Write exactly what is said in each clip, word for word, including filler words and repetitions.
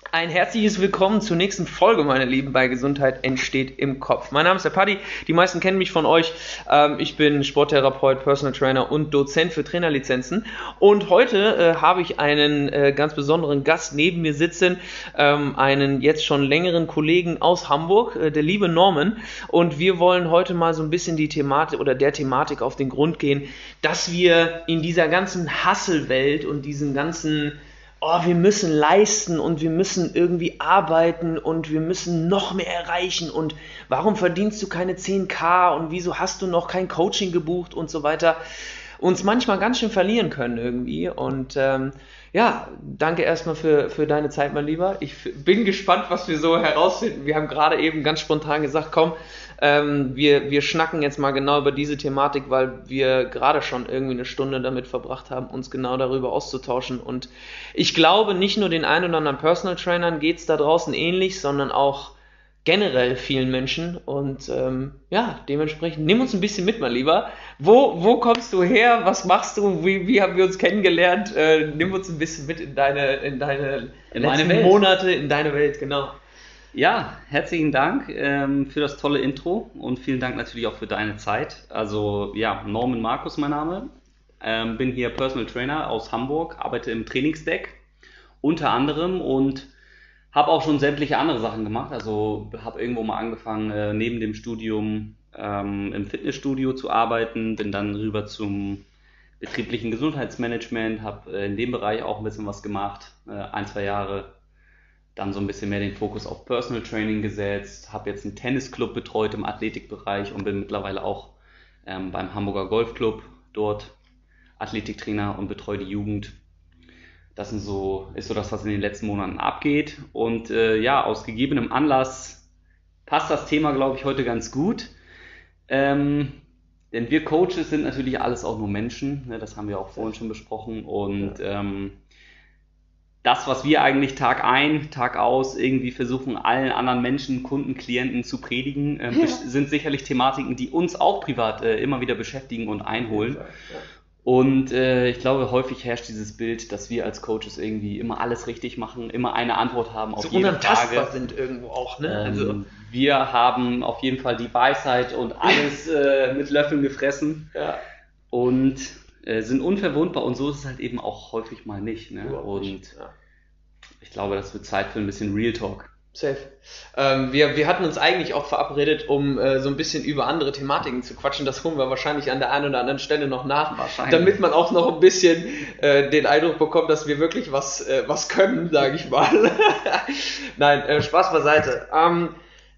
Ein herzliches Willkommen zur nächsten Folge, meine Lieben, bei Gesundheit entsteht im Kopf. Mein Name ist der Paddy, die meisten kennen mich von euch. Ähm, ich bin Sporttherapeut, Personal Trainer und Dozent für Trainerlizenzen. Und heute äh, habe ich einen äh, ganz besonderen Gast neben mir sitzen, ähm, einen jetzt schon längeren Kollegen aus Hamburg, äh, der liebe Norman. Und wir wollen heute mal so ein bisschen die Thematik oder der Thematik auf den Grund gehen, dass wir in dieser ganzen Hustle-Welt und diesen ganzen oh, wir müssen leisten und wir müssen irgendwie arbeiten und wir müssen noch mehr erreichen und warum verdienst du keine zehn K und wieso hast du noch kein Coaching gebucht und so weiter, uns manchmal ganz schön verlieren können irgendwie. Und ähm, ja, danke erstmal für, für deine Zeit, mein Lieber. Ich bin gespannt, was wir so herausfinden. Wir haben gerade eben ganz spontan gesagt, komm, ähm, wir, wir schnacken jetzt mal genau über diese Thematik, weil wir gerade schon irgendwie eine Stunde damit verbracht haben, uns genau darüber auszutauschen. Und ich glaube, nicht nur den ein oder anderen Personal Trainern geht es da draußen ähnlich, sondern auch generell vielen Menschen. Und ähm, ja, dementsprechend, nimm uns ein bisschen mit, mein Lieber. Wo, wo kommst du her? Was machst du? Wie, wie haben wir uns kennengelernt? Äh, nimm uns ein bisschen mit in deine, in deine in letzten meine Welt. Monate, in deine Welt, genau. Ja, herzlichen Dank ähm, für das tolle Intro und vielen Dank natürlich auch für deine Zeit. Also ja, Norman Markus mein Name, ähm, bin hier Personal Trainer aus Hamburg, arbeite im Trainingsdeck unter anderem und habe auch schon sämtliche andere Sachen gemacht. Also habe irgendwo mal angefangen, äh, neben dem Studium ähm, im Fitnessstudio zu arbeiten, bin dann rüber zum betrieblichen Gesundheitsmanagement, habe äh, in dem Bereich auch ein bisschen was gemacht, äh, ein, zwei Jahre. Dann so ein bisschen mehr den Fokus auf Personal Training gesetzt, habe jetzt einen Tennisclub betreut im Athletikbereich und bin mittlerweile auch ähm, beim Hamburger Golfclub dort Athletiktrainer und betreue die Jugend. Das sind so, ist so das, was in den letzten Monaten abgeht. Und äh, ja, aus gegebenem Anlass passt das Thema, glaube ich, heute ganz gut. Ähm, denn wir Coaches sind natürlich alles auch nur Menschen, ne, das haben wir auch vorhin schon besprochen. Und ähm, das, was wir eigentlich Tag ein, Tag aus irgendwie versuchen, allen anderen Menschen, Kunden, Klienten zu predigen, äh, ja. sind sicherlich Thematiken, die uns auch privat äh, immer wieder beschäftigen und einholen. Ja, ja. Und äh, ich glaube, häufig herrscht dieses Bild, dass wir als Coaches irgendwie immer alles richtig machen, immer eine Antwort haben auf so jede unantastbar Frage. Sind irgendwo auch, ne? Ähm, also. Wir haben auf jeden Fall die Weisheit und alles äh, mit Löffeln gefressen. Ja. Und sind unverwundbar und so ist es halt eben auch häufig mal nicht. Ne? Und nicht, ja. Ich glaube, das wird Zeit für ein bisschen Real Talk. Safe. Ähm, wir, wir hatten uns eigentlich auch verabredet, um äh, so ein bisschen über andere Thematiken zu quatschen. Das holen wir wahrscheinlich an der einen oder anderen Stelle noch nach, damit man auch noch ein bisschen äh, den Eindruck bekommt, dass wir wirklich was, äh, was können, sage ich mal. Nein, äh, Spaß beiseite. Ähm,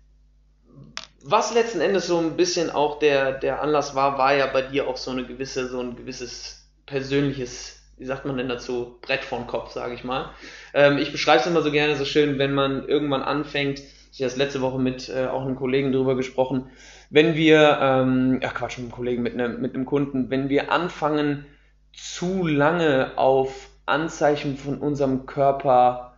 Was letzten Endes so ein bisschen auch der, der Anlass war, war ja bei dir auch so eine gewisse, so ein gewisses persönliches, wie sagt man denn dazu, Brett vor den Kopf, sage ich mal. Ähm, ich beschreibe es immer so gerne so schön, wenn man irgendwann anfängt, ich habe das letzte Woche mit äh, auch einem Kollegen drüber gesprochen, wenn wir, ähm, ach Quatsch, mit einem Kollegen, mit einem, mit einem Kunden, wenn wir anfangen, zu lange auf Anzeichen von unserem Körper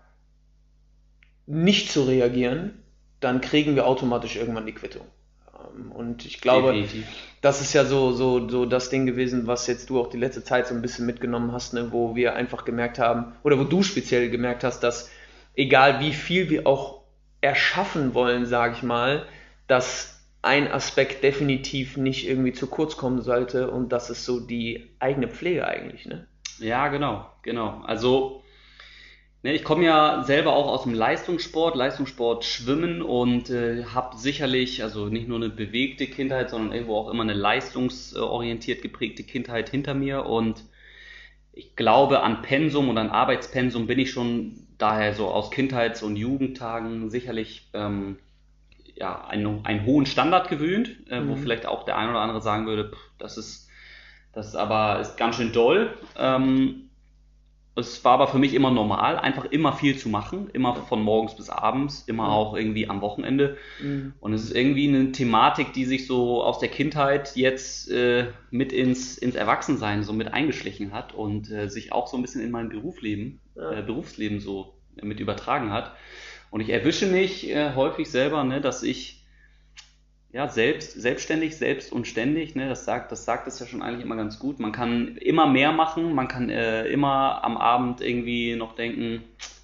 nicht zu reagieren, dann kriegen wir automatisch irgendwann die Quittung. Und ich glaube, definitiv. Das ist ja so, so, so das Ding gewesen, was jetzt du auch die letzte Zeit so ein bisschen mitgenommen hast, ne, wo wir einfach gemerkt haben, oder wo du speziell gemerkt hast, dass egal wie viel wir auch erschaffen wollen, sage ich mal, dass ein Aspekt definitiv nicht irgendwie zu kurz kommen sollte und das ist so die eigene Pflege eigentlich, ne? Ja, genau, genau. Also ich komme ja selber auch aus dem Leistungssport, Leistungssport Schwimmen und äh, habe sicherlich, also nicht nur eine bewegte Kindheit, sondern irgendwo auch immer eine leistungsorientiert geprägte Kindheit hinter mir und ich glaube an Pensum und an Arbeitspensum bin ich schon daher so aus Kindheits- und Jugendtagen sicherlich ähm, ja, einen, einen hohen Standard gewöhnt, äh, mhm. wo vielleicht auch der ein oder andere sagen würde, pff, das ist, das ist aber ist ganz schön doll. Ähm, Es war aber für mich immer normal, einfach immer viel zu machen, immer von morgens bis abends, immer mhm. auch irgendwie am Wochenende. Mhm. Und es ist irgendwie eine Thematik, die sich so aus der Kindheit jetzt äh, mit ins, ins Erwachsensein so mit eingeschlichen hat und äh, sich auch so ein bisschen in mein Berufsleben, ja. äh, Berufsleben so mit übertragen hat. Und ich erwische mich äh, häufig selber, ne, dass ich ja, selbst, selbstständig, selbst und ständig, ne, das sagt, das sagt es ja schon eigentlich immer ganz gut. Man kann immer mehr machen, man kann äh, immer am Abend irgendwie noch denken,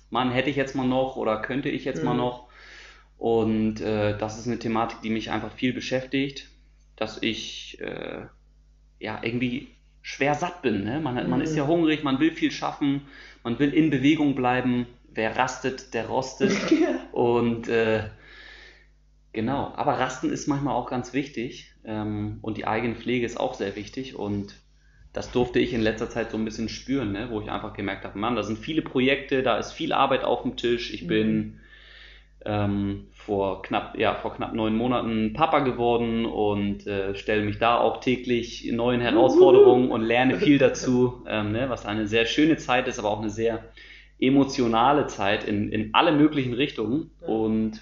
Mann, hätte ich jetzt mal noch oder könnte ich jetzt mhm. mal noch. Und äh, das ist eine Thematik, die mich einfach viel beschäftigt, dass ich äh, ja irgendwie schwer satt bin. Ne? Man, mhm. man ist ja hungrig, man will viel schaffen, man will in Bewegung bleiben. Wer rastet, der rostet. Und äh, genau, aber Rasten ist manchmal auch ganz wichtig ähm, und die eigene Pflege ist auch sehr wichtig und das durfte ich in letzter Zeit so ein bisschen spüren, ne? Wo ich einfach gemerkt habe, Mann, da sind viele Projekte, da ist viel Arbeit auf dem Tisch. Ich mhm. bin ähm, vor knapp ja vor knapp neun Monaten Papa geworden und äh, stelle mich da auch täglich neuen Herausforderungen und lerne viel dazu, ähm, ne? Was eine sehr schöne Zeit ist, aber auch eine sehr emotionale Zeit in, in alle möglichen Richtungen und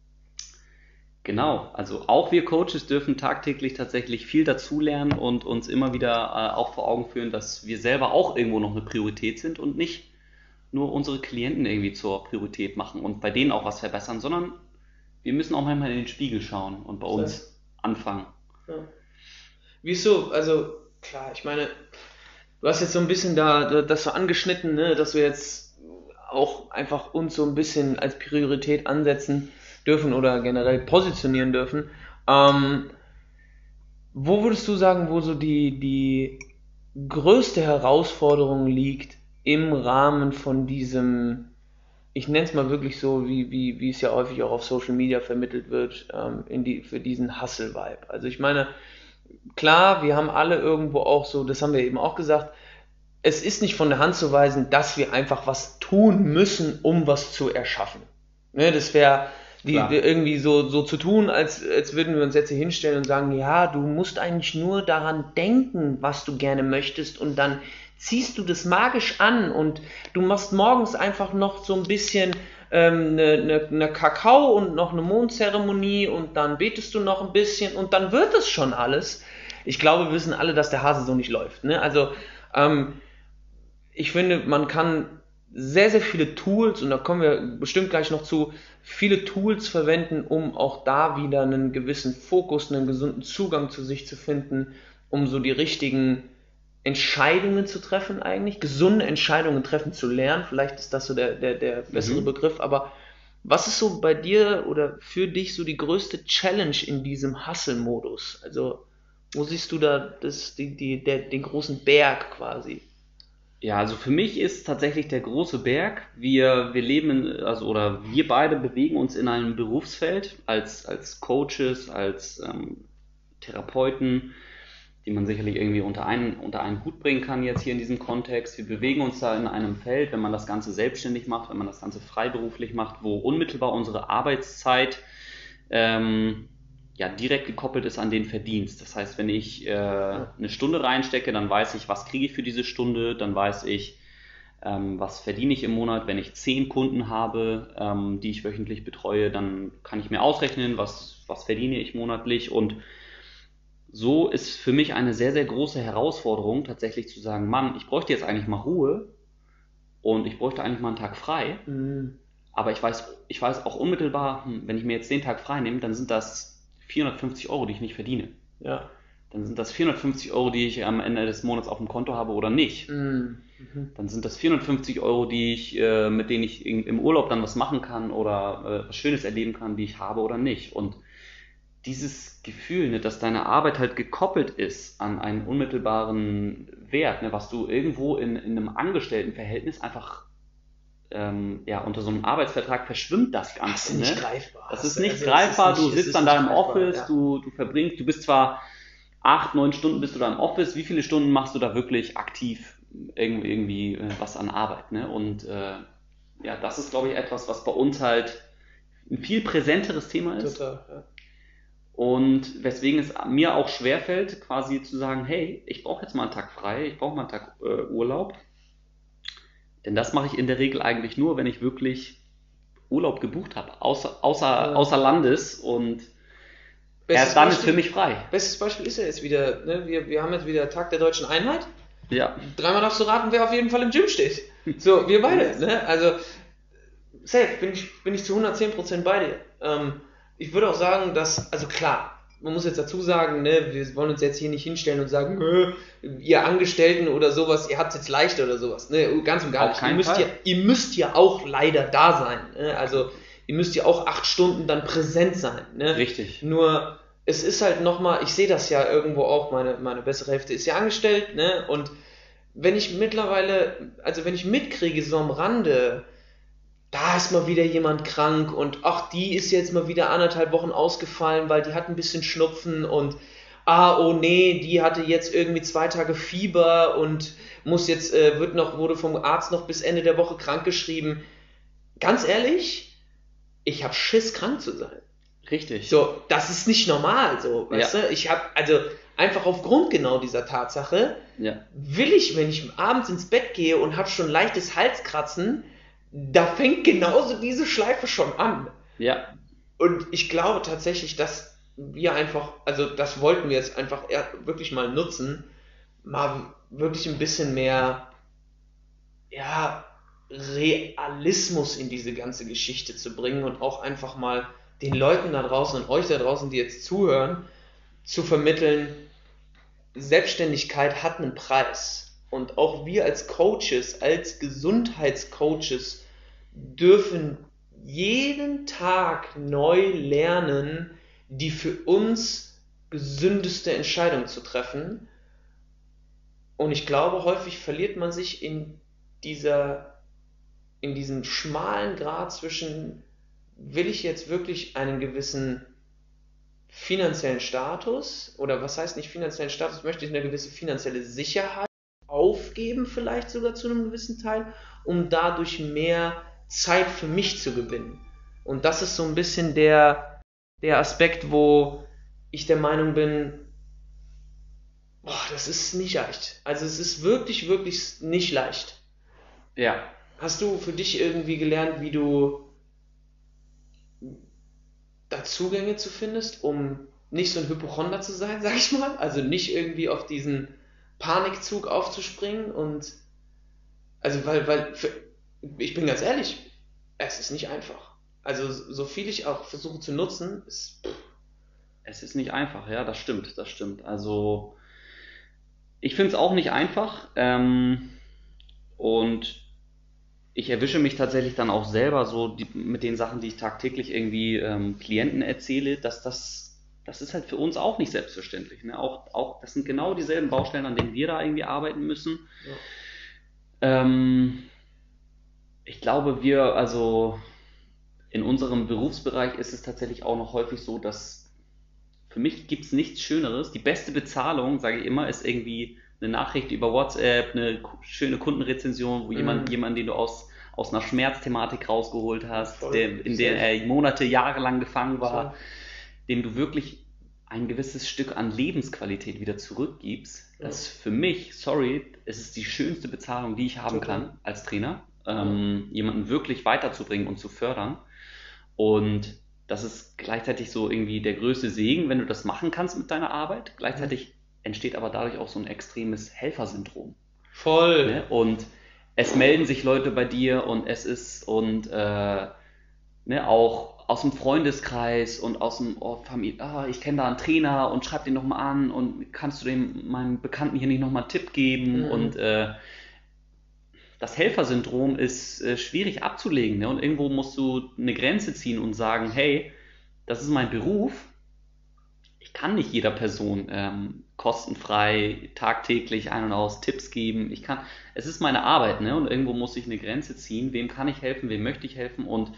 genau, also auch wir Coaches dürfen tagtäglich tatsächlich viel dazulernen und uns immer wieder äh, auch vor Augen führen, dass wir selber auch irgendwo noch eine Priorität sind und nicht nur unsere Klienten irgendwie zur Priorität machen und bei denen auch was verbessern, sondern wir müssen auch manchmal in den Spiegel schauen und bei uns ja. anfangen. Ja. Wieso? Also klar, ich meine, du hast jetzt so ein bisschen da das so angeschnitten, ne, dass wir jetzt auch einfach uns so ein bisschen als Priorität ansetzen dürfen oder generell positionieren dürfen. Ähm, wo würdest du sagen, wo so die, die größte Herausforderung liegt im Rahmen von diesem, ich nenne es mal wirklich so, wie, wie, wie es ja häufig auch auf Social Media vermittelt wird, ähm, in die, für diesen Hustle-Vibe. Also ich meine, klar, wir haben alle irgendwo auch so, das haben wir eben auch gesagt, es ist nicht von der Hand zu weisen, dass wir einfach was tun müssen, um was zu erschaffen. Ne, das wäre irgendwie so, so zu tun, als, als würden wir uns jetzt hier hinstellen und sagen, ja, du musst eigentlich nur daran denken, was du gerne möchtest und dann ziehst du das magisch an und du machst morgens einfach noch so ein bisschen ähm, eine, eine, eine Kakao und noch eine Mondzeremonie und dann betest du noch ein bisschen und dann wird es schon alles. Ich glaube, wir wissen alle, dass der Hase so nicht läuft. Ne? Also ähm, ich finde, man kann sehr, sehr viele Tools, und da kommen wir bestimmt gleich noch zu, viele Tools verwenden, um auch da wieder einen gewissen Fokus, einen gesunden Zugang zu sich zu finden, um so die richtigen Entscheidungen zu treffen eigentlich, gesunde Entscheidungen treffen zu lernen, vielleicht ist das so der, der, der bessere mhm. Begriff, aber was ist so bei dir oder für dich so die größte Challenge in diesem Hustle-Modus? Also wo siehst du da das, die, die, der, den großen Berg quasi? Ja, also für mich ist tatsächlich der große Berg, wir, wir leben, also oder wir beide bewegen uns in einem Berufsfeld als, als Coaches, als ähm, Therapeuten, die man sicherlich irgendwie unter einen, unter einen Hut bringen kann jetzt hier in diesem Kontext. Wir bewegen uns da in einem Feld, wenn man das Ganze selbstständig macht, wenn man das Ganze freiberuflich macht, wo unmittelbar unsere Arbeitszeit ähm, ja, direkt gekoppelt ist an den Verdienst. Das heißt, wenn ich äh, eine Stunde reinstecke, dann weiß ich, was kriege ich für diese Stunde, dann weiß ich, ähm, was verdiene ich im Monat. Wenn ich zehn Kunden habe, ähm, die ich wöchentlich betreue, dann kann ich mir ausrechnen, was, was verdiene ich monatlich. Und so ist für mich eine sehr, sehr große Herausforderung, tatsächlich zu sagen, Mann, ich bräuchte jetzt eigentlich mal Ruhe und ich bräuchte eigentlich mal einen Tag frei. Mhm. Aber ich weiß, ich weiß auch unmittelbar, wenn ich mir jetzt den Tag frei nehme, dann sind das vierhundertfünfzig Euro, die ich nicht verdiene. Ja. Dann sind das vierhundertfünfzig Euro, die ich am Ende des Monats auf dem Konto habe oder nicht. Mhm. Dann sind das vierhundertfünfzig Euro, die ich, äh, mit denen ich in, im Urlaub dann was machen kann oder äh, was Schönes erleben kann, die ich habe oder nicht. Und dieses Gefühl, ne, dass deine Arbeit halt gekoppelt ist an einen unmittelbaren Wert, ne, was du irgendwo in, in einem Angestelltenverhältnis einfach Ähm, ja, unter so einem Arbeitsvertrag verschwimmt das Ganze. Das ist nicht ne? greifbar. Das ist nicht also greifbar, ist nicht, du sitzt dann da im Office, ja. du, du verbringst, du bist zwar acht, neun Stunden bist du da im Office, wie viele Stunden machst du da wirklich aktiv irgendwie, irgendwie äh, was an Arbeit, ne? Und äh, ja, das ist, glaube ich, etwas, was bei uns halt ein viel präsenteres Thema ist. Total, ja. Und weswegen es mir auch schwerfällt, quasi zu sagen, hey, ich brauche jetzt mal einen Tag frei, ich brauche mal einen Tag äh, Urlaub. Denn das mache ich in der Regel eigentlich nur, wenn ich wirklich Urlaub gebucht habe, außer, außer, ja. außer Landes und bestes erst dann Beispiel, ist für mich frei. Bestes Beispiel ist ja jetzt wieder, ne? wir, wir haben jetzt wieder Tag der Deutschen Einheit. Ja. Dreimal darfst du raten, wer auf jeden Fall im Gym steht. So, wir beide. Ne? Also, safe, bin ich, bin ich zu hundertzehn Prozent bei dir. Ähm, ich würde auch sagen, dass, also klar, man muss jetzt dazu sagen, ne, wir wollen uns jetzt hier nicht hinstellen und sagen, "Nö, ihr Angestellten oder sowas, ihr habt es jetzt leichter oder sowas. Ne, ganz und gar Auf nicht. Ihr keinen müsst, Fall. ja, ihr müsst ja auch leider da sein. Ne? Also ihr müsst ja auch acht Stunden dann präsent sein. Ne? Richtig. Nur es ist halt nochmal, ich sehe das ja irgendwo auch, meine, meine bessere Hälfte ist ja angestellt, ne? Und wenn ich mittlerweile, also wenn ich mitkriege, so am Rande, da ist mal wieder jemand krank und ach, die ist jetzt mal wieder anderthalb Wochen ausgefallen, weil die hat ein bisschen Schnupfen und ah, oh nee, die hatte jetzt irgendwie zwei Tage Fieber und muss jetzt, äh, wird noch, wurde vom Arzt noch bis Ende der Woche krankgeschrieben. Ganz ehrlich, ich habe Schiss, krank zu sein. Richtig. So, das ist nicht normal, so, weißt Ja. du? Ich habe, also einfach aufgrund genau dieser Tatsache, Ja. will ich, wenn ich abends ins Bett gehe und habe schon leichtes Halskratzen, da fängt genauso diese Schleife schon an. Ja. Und ich glaube tatsächlich, dass wir einfach, also das wollten wir jetzt einfach eher wirklich mal nutzen, mal wirklich ein bisschen mehr, ja, Realismus in diese ganze Geschichte zu bringen und auch einfach mal den Leuten da draußen und euch da draußen, die jetzt zuhören, zu vermitteln, Selbstständigkeit hat einen Preis. Und auch wir als Coaches, als Gesundheitscoaches dürfen jeden Tag neu lernen, die für uns gesündeste Entscheidung zu treffen. Und ich glaube, häufig verliert man sich in dieser, in diesem schmalen Grat zwischen, will ich jetzt wirklich einen gewissen finanziellen Status, oder was heißt nicht finanziellen Status, möchte ich eine gewisse finanzielle Sicherheit aufgeben, vielleicht sogar zu einem gewissen Teil, um dadurch mehr Zeit für mich zu gewinnen. Und das ist so ein bisschen der, der Aspekt, wo ich der Meinung bin, boah, das ist nicht leicht. Also es ist wirklich, wirklich nicht leicht. Ja. Hast du für dich irgendwie gelernt, wie du da Zugänge zu findest, um nicht so ein Hypochonder zu sein, sag ich mal? Also nicht irgendwie auf diesen Panikzug aufzuspringen und also weil, weil für, ich bin ganz ehrlich, es ist nicht einfach. Also so viel ich auch versuche zu nutzen, ist pff, Es ist nicht einfach, ja, das stimmt, das stimmt. Also ich finde es auch nicht einfach, ähm, und ich erwische mich tatsächlich dann auch selber so die, mit den Sachen, die ich tagtäglich irgendwie ähm, Klienten erzähle, dass das, das ist halt für uns auch nicht selbstverständlich. Ne? Auch, auch, das sind genau dieselben Baustellen, an denen wir da irgendwie arbeiten müssen. ja. Ähm, ich glaube, wir, also in unserem Berufsbereich ist es tatsächlich auch noch häufig so, dass für mich gibt es nichts Schöneres. Die beste Bezahlung, sage ich immer, ist irgendwie eine Nachricht über WhatsApp, eine ku- schöne Kundenrezension, wo jemand, Mhm. jemand, den du aus, aus einer Schmerzthematik rausgeholt hast, Voll. der, in der Safe. er Monate, Jahre lang gefangen So. war, dem du wirklich ein gewisses Stück an Lebensqualität wieder zurückgibst. Ja. Das ist für mich, sorry, es ist die schönste Bezahlung, die ich haben Total. kann als Trainer, ähm, jemanden wirklich weiterzubringen und zu fördern. Und das ist gleichzeitig so irgendwie der größte Segen, wenn du das machen kannst mit deiner Arbeit. Gleichzeitig entsteht aber dadurch auch so ein extremes Helfersyndrom. Voll. Ne? Und es melden sich Leute bei dir und es ist und äh, ne, auch aus dem Freundeskreis und aus dem oh, Familie, ah, ich kenne da einen Trainer und schreib den nochmal an und kannst du dem meinem Bekannten hier nicht nochmal einen Tipp geben? Mhm. Und äh, das Helfersyndrom ist äh, schwierig abzulegen, ne? Und irgendwo musst du eine Grenze ziehen und sagen, hey, das ist mein Beruf. Ich kann nicht jeder Person ähm, kostenfrei tagtäglich ein und aus Tipps geben. Ich kann, es ist meine Arbeit, ne? Und irgendwo muss ich eine Grenze ziehen. Wem kann ich helfen? Wem möchte ich helfen? Und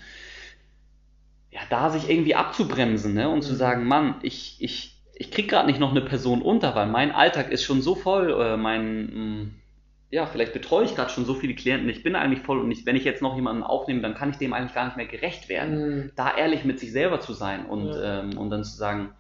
ja, da sich irgendwie abzubremsen, ne? Und zu Mhm. sagen, Mann, ich, ich, ich krieg gerade nicht noch eine Person unter, weil mein Alltag ist schon so voll, äh, mein, mh, ja, vielleicht betreue ich gerade schon so viele Klienten, ich bin eigentlich voll und ich, wenn ich jetzt noch jemanden aufnehme, dann kann ich dem eigentlich gar nicht mehr gerecht werden. Mhm. Da ehrlich mit sich selber zu sein und, Ja. ähm, und dann zu sagen,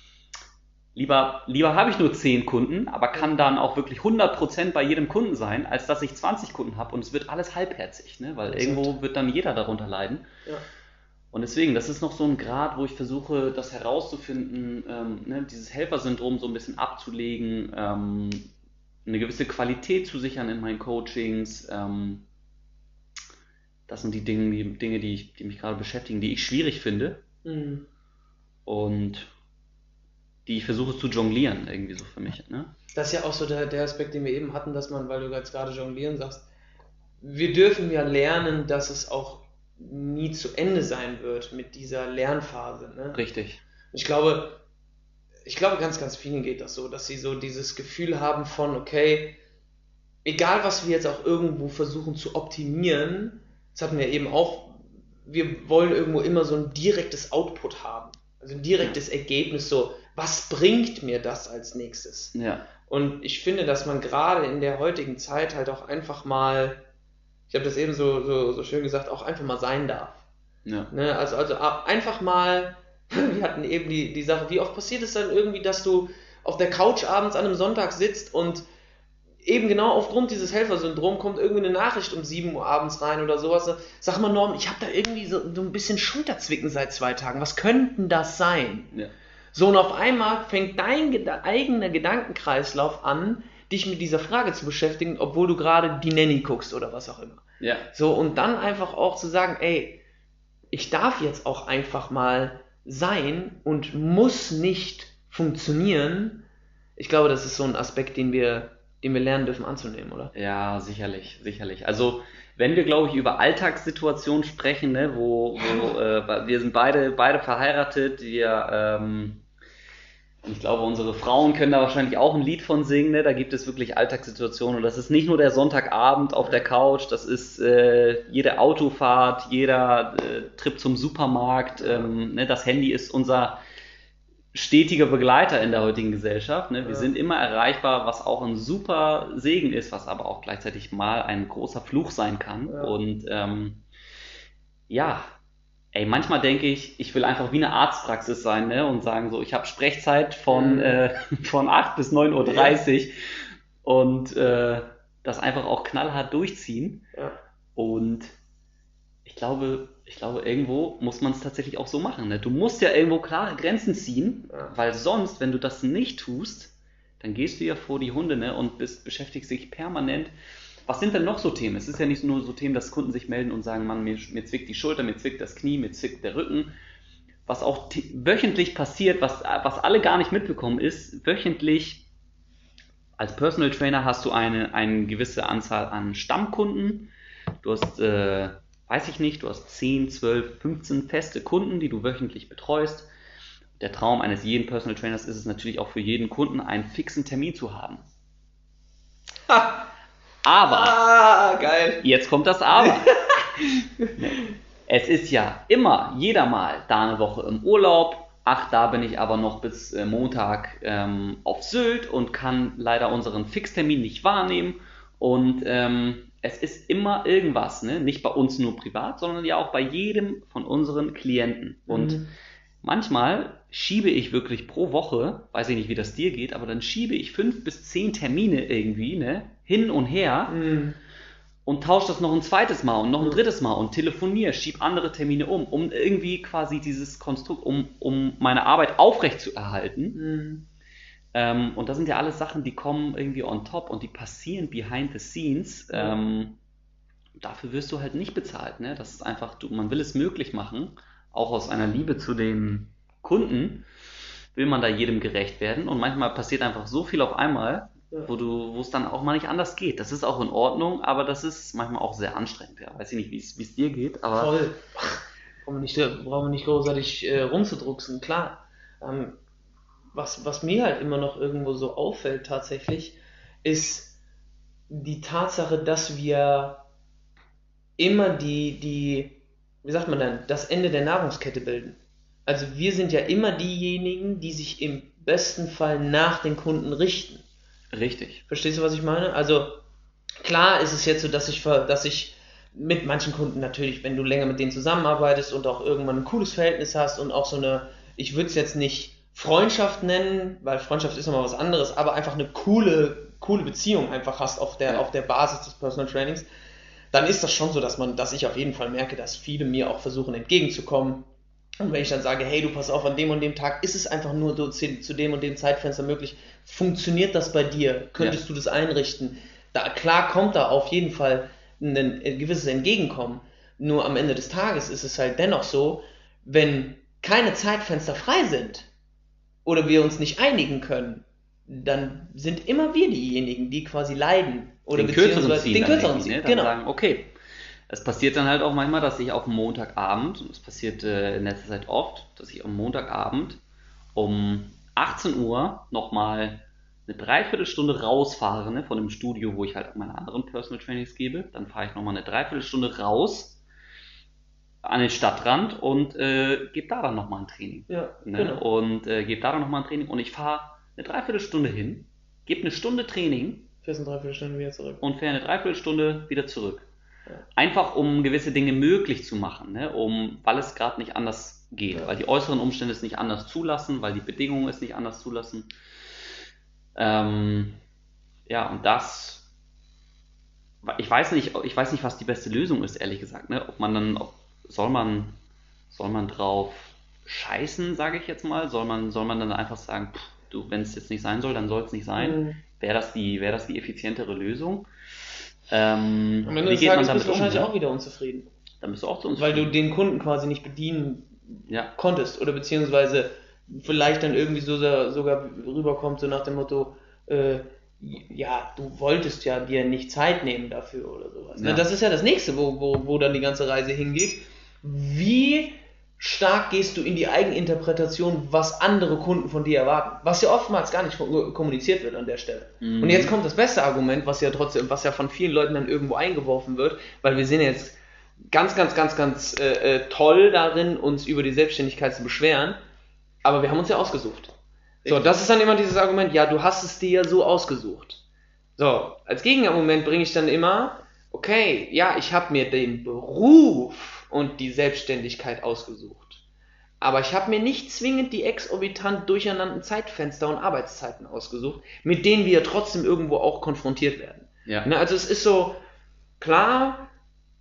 lieber, lieber habe ich nur zehn Kunden, aber kann dann auch wirklich hundert Prozent bei jedem Kunden sein, als dass ich zwanzig Kunden habe und es wird alles halbherzig, ne? Weil Exakt. irgendwo wird dann jeder darunter leiden. Ja. Und deswegen, das ist noch so ein Grad, wo ich versuche, das herauszufinden, ähm, ne, dieses Helfersyndrom so ein bisschen abzulegen, ähm, eine gewisse Qualität zu sichern in meinen Coachings. Ähm, das sind die Dinge, die, Dinge die, ich, die mich gerade beschäftigen, die ich schwierig finde. Mhm. Und die ich versuche zu jonglieren, irgendwie so für mich. Ne? Das ist ja auch so der, der Aspekt, den wir eben hatten, dass man, weil du jetzt gerade jonglieren sagst, wir dürfen ja lernen, dass es auch nie zu Ende sein wird mit dieser Lernphase. Ne? Richtig. Ich glaube, ich glaube, ganz, ganz vielen geht das so, dass sie so dieses Gefühl haben von, okay, egal was wir jetzt auch irgendwo versuchen zu optimieren, das hatten wir eben auch, wir wollen irgendwo immer so ein direktes Output haben. Also ein direktes Ergebnis, so, was bringt mir das als nächstes? Ja. Und ich finde, dass man gerade in der heutigen Zeit halt auch einfach mal, ich habe das eben so, so, so schön gesagt, auch einfach mal sein darf. Ja. Ne? Also, also einfach mal, wir hatten eben die, die Sache, wie oft passiert es dann irgendwie, dass du auf der Couch abends an einem Sonntag sitzt und eben genau aufgrund dieses Helfersyndroms kommt irgendwie eine Nachricht um sieben Uhr abends rein oder sowas. Sag mal, Norm, ich habe da irgendwie so, so ein bisschen Schulterzwicken seit zwei Tagen. Was könnten das sein? Ja. So, und auf einmal fängt dein geda- eigener Gedankenkreislauf an, dich mit dieser Frage zu beschäftigen, obwohl du gerade die Nanny guckst oder was auch immer. Ja. So, und dann einfach auch zu sagen, ey, ich darf jetzt auch einfach mal sein und muss nicht funktionieren. Ich glaube, das ist so ein Aspekt, den wir, den wir lernen dürfen anzunehmen, oder? Ja, sicherlich, sicherlich. Also wenn wir, glaube ich, über Alltagssituationen sprechen, ne, wo, wo äh, wir sind beide, beide verheiratet, wir, ähm, ich glaube, unsere Frauen können da wahrscheinlich auch ein Lied von singen, ne? Da gibt es wirklich Alltagssituationen und das ist nicht nur der Sonntagabend auf der Couch, das ist äh, jede Autofahrt, jeder äh, Trip zum Supermarkt, ähm, ne? Das Handy ist unser stetiger Begleiter in der heutigen Gesellschaft. Ne? Wir Ja. sind immer erreichbar, was auch ein super Segen ist, was aber auch gleichzeitig mal ein großer Fluch sein kann. Ja. Und ähm, ja, ey, manchmal denke ich, ich will einfach wie eine Arztpraxis sein, ne? Und sagen so, ich habe Sprechzeit von, Mhm. äh, von acht bis neun Uhr dreißig und äh, das einfach auch knallhart durchziehen. Ja. Und ich glaube, ich glaube, irgendwo muss man es tatsächlich auch so machen. Ne? Du musst ja irgendwo klare Grenzen ziehen, Ja. weil sonst, wenn du das nicht tust, dann gehst du ja vor die Hunde, ne? Und bist, beschäftigst dich permanent. Was sind denn noch so Themen? Es ist ja nicht nur so Themen, dass Kunden sich melden und sagen, Mann, mir, mir zwickt die Schulter, mir zwickt das Knie, mir zwickt der Rücken. Was auch t- wöchentlich passiert, was, was alle gar nicht mitbekommen, ist, wöchentlich als Personal Trainer hast du eine, eine gewisse Anzahl an Stammkunden. Du hast, äh, weiß ich nicht, du hast zehn, zwölf, fünfzehn feste Kunden, die du wöchentlich betreust. Der Traum eines jeden Personal Trainers ist es natürlich auch für jeden Kunden, einen fixen Termin zu haben. Ha! Aber, Ah, geil. jetzt kommt das Aber. Es ist ja immer, jeder mal da eine Woche im Urlaub. Ach, da bin ich aber noch bis äh, Montag ähm, auf Sylt und kann leider unseren Fixtermin nicht wahrnehmen. Und ähm, es ist immer irgendwas, ne? Nicht bei uns nur privat, sondern ja auch bei jedem von unseren Klienten. Und Mhm. manchmal schiebe ich wirklich pro Woche, weiß ich nicht, wie das dir geht, aber dann schiebe ich fünf bis zehn Termine irgendwie, ne? Hin und her. Mhm. Und tausche das noch ein zweites Mal und noch ein drittes Mal und telefoniere, schieb andere Termine um, um irgendwie quasi dieses Konstrukt, um, um meine Arbeit aufrecht zu erhalten. Mhm. Ähm, und das sind ja alles Sachen, die kommen irgendwie on top und die passieren behind the scenes. Ähm, dafür wirst du halt nicht bezahlt. Ne? Das ist einfach, du, man will es möglich machen, auch aus einer Liebe zu den Kunden will man da jedem gerecht werden. Und manchmal passiert einfach so viel auf einmal, Ja. wo du, wo es dann auch mal nicht anders geht. Das ist auch in Ordnung, aber das ist manchmal auch sehr anstrengend. Ja. Weiß ich nicht, wie es wie es dir geht, aber Voll. Brauchen wir nicht, brauchen wir nicht großartig äh, rumzudrucksen, klar. Ähm, was, was mir halt immer noch irgendwo so auffällt tatsächlich, ist die Tatsache, dass wir immer die, die, wie sagt man dann, das Ende der Nahrungskette bilden. Also wir sind ja immer diejenigen, die sich im besten Fall nach den Kunden richten. richtig. Verstehst du, was ich meine? Also klar ist es jetzt so, dass ich, ver- dass ich mit manchen Kunden natürlich, wenn du länger mit denen zusammenarbeitest und auch irgendwann ein cooles Verhältnis hast und auch so eine, ich würde es jetzt nicht Freundschaft nennen, weil Freundschaft ist nochmal was anderes, aber einfach eine coole, coole Beziehung einfach hast auf der, Ja. auf der Basis des Personal Trainings, dann ist das schon so, dass man, dass ich auf jeden Fall merke, dass viele mir auch versuchen entgegenzukommen. Und wenn ich dann sage, hey, du pass auf, an dem und dem Tag ist es einfach nur so zu zu dem und dem Zeitfenster möglich, funktioniert das bei dir? Könntest Ja. du das einrichten? Da, klar kommt da auf jeden Fall ein, ein gewisses Entgegenkommen. Nur am Ende des Tages ist es halt dennoch so, wenn keine Zeitfenster frei sind oder wir uns nicht einigen können, dann sind immer wir diejenigen, die quasi leiden. Oder den kürzeren beziehungsweise ziehen. den dann kürzeren irgendwie, ziehen. ne? Dann Genau. sagen, okay. Es passiert dann halt auch manchmal, dass ich auf dem Montagabend, und es passiert äh, in letzter Zeit oft, dass ich am Montagabend um achtzehn Uhr nochmal eine Dreiviertelstunde rausfahre, ne, von dem Studio, wo ich halt meine anderen Personal Trainings gebe. Dann fahre ich nochmal eine Dreiviertelstunde raus an den Stadtrand und äh, gebe da dann nochmal ein Training. Ja, Ne? genau. Und äh, gebe da dann nochmal ein Training und ich fahre eine Dreiviertelstunde hin, gebe eine Stunde Training Fährst eine Dreiviertelstunde wieder zurück. und fähre eine Dreiviertelstunde wieder zurück. Ja. Einfach um gewisse Dinge möglich zu machen, ne? um, weil es gerade nicht anders geht, Ja. weil die äußeren Umstände es nicht anders zulassen, weil die Bedingungen es nicht anders zulassen. Ähm, ja, und das, ich weiß nicht, ich weiß nicht, was die beste Lösung ist, ehrlich gesagt. Ne? Ob man dann, ob, soll man, soll man drauf scheißen, sage ich jetzt mal, soll man, soll man dann einfach sagen, pff, du, wenn es jetzt nicht sein soll, dann soll es nicht sein. Mhm. Wäre das die, wäre das die effizientere Lösung? Ähm, Am Ende wie des geht man Tages bist damit du um? wahrscheinlich Ne? auch wieder unzufrieden. Dann bist du auch zu uns. Weil du den Kunden quasi nicht bedienen Ja, konntest. Oder beziehungsweise vielleicht dann irgendwie so, sogar rüberkommt, so nach dem Motto, äh, ja, du wolltest ja dir nicht Zeit nehmen dafür oder sowas. Ne? Ja. Das ist ja das nächste, wo, wo, wo dann die ganze Reise hingeht. Wie stark gehst du in die Eigeninterpretation, was andere Kunden von dir erwarten? Was ja oftmals gar nicht kommuniziert wird an der Stelle. Mhm. Und jetzt kommt das beste Argument, was ja trotzdem, was ja von vielen Leuten dann irgendwo eingeworfen wird, weil wir sind jetzt ganz, ganz, ganz, ganz äh, äh, toll darin, uns über die Selbstständigkeit zu beschweren, aber wir haben uns ja ausgesucht. So, das ist dann immer dieses Argument, ja, du hast es dir ja so ausgesucht. So, als Gegenargument bringe ich dann immer, okay, ja, ich habe mir den Beruf und die Selbstständigkeit ausgesucht. Aber ich habe mir nicht zwingend die exorbitant durcheinanden Zeitfenster und Arbeitszeiten ausgesucht, mit denen wir trotzdem irgendwo auch konfrontiert werden. Ja. Ne, also es ist so, klar,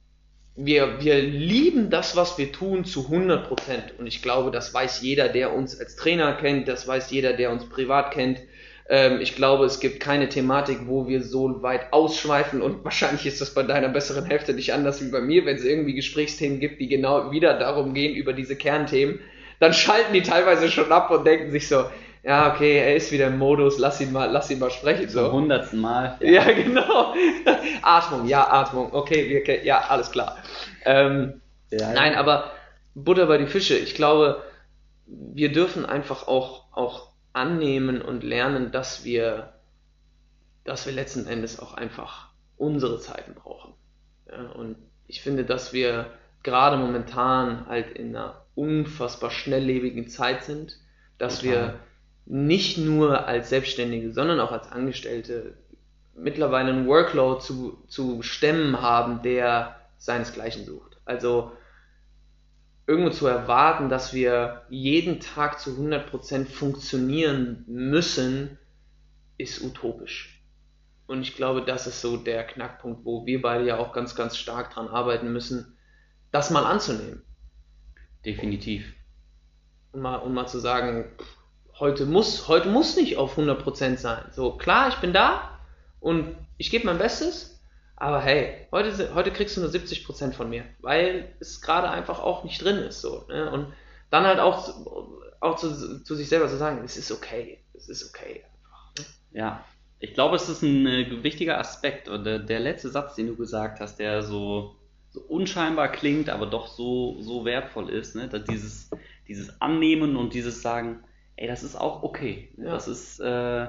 wir, wir lieben das, was wir tun, zu hundert Prozent. Und ich glaube, das weiß jeder, der uns als Trainer kennt, das weiß jeder, der uns privat kennt. Ähm, ich glaube, es gibt keine Thematik, wo wir so weit ausschweifen, und wahrscheinlich ist das bei deiner besseren Hälfte nicht anders wie bei mir, wenn es irgendwie Gesprächsthemen gibt, die genau wieder darum gehen, über diese Kernthemen, dann schalten die teilweise schon ab und denken sich so, ja, okay, er ist wieder im Modus, lass ihn mal, lass ihn mal sprechen. Zum So. hundertsten Mal. Ja, genau. Atmung, ja, Atmung. Okay, wir, ja, alles klar. Ähm, Ja, Nein, aber Butter bei die Fische. Ich glaube, wir dürfen einfach auch, auch annehmen und lernen, dass wir, dass wir letzten Endes auch einfach unsere Zeiten brauchen. Ja, und ich finde, dass wir gerade momentan halt in einer unfassbar schnelllebigen Zeit sind, dass Total. wir nicht nur als Selbstständige, sondern auch als Angestellte mittlerweile einen Workload zu, zu stemmen haben, der seinesgleichen sucht. Also irgendwo zu erwarten, dass wir jeden Tag zu hundert Prozent funktionieren müssen, ist utopisch. Und ich glaube, das ist so der Knackpunkt, wo wir beide ja auch ganz, ganz stark dran arbeiten müssen, das mal anzunehmen. Definitiv. Und mal, und mal zu sagen, heute muss, heute muss nicht auf hundert Prozent sein. So, klar, ich bin da und ich gebe mein Bestes, aber hey, heute, heute kriegst du nur siebzig Prozent von mir, weil es gerade einfach auch nicht drin ist. So, ne? Und dann halt auch, auch zu, zu sich selber zu sagen, es ist okay, es ist okay. Ja, ich glaube, es ist ein äh, wichtiger Aspekt. Und der, der letzte Satz, den du gesagt hast, der so, so unscheinbar klingt, aber doch so, so wertvoll ist, ne? Dass dieses, dieses Annehmen und dieses Sagen, ey, das ist auch okay. Ja. Das ist, äh,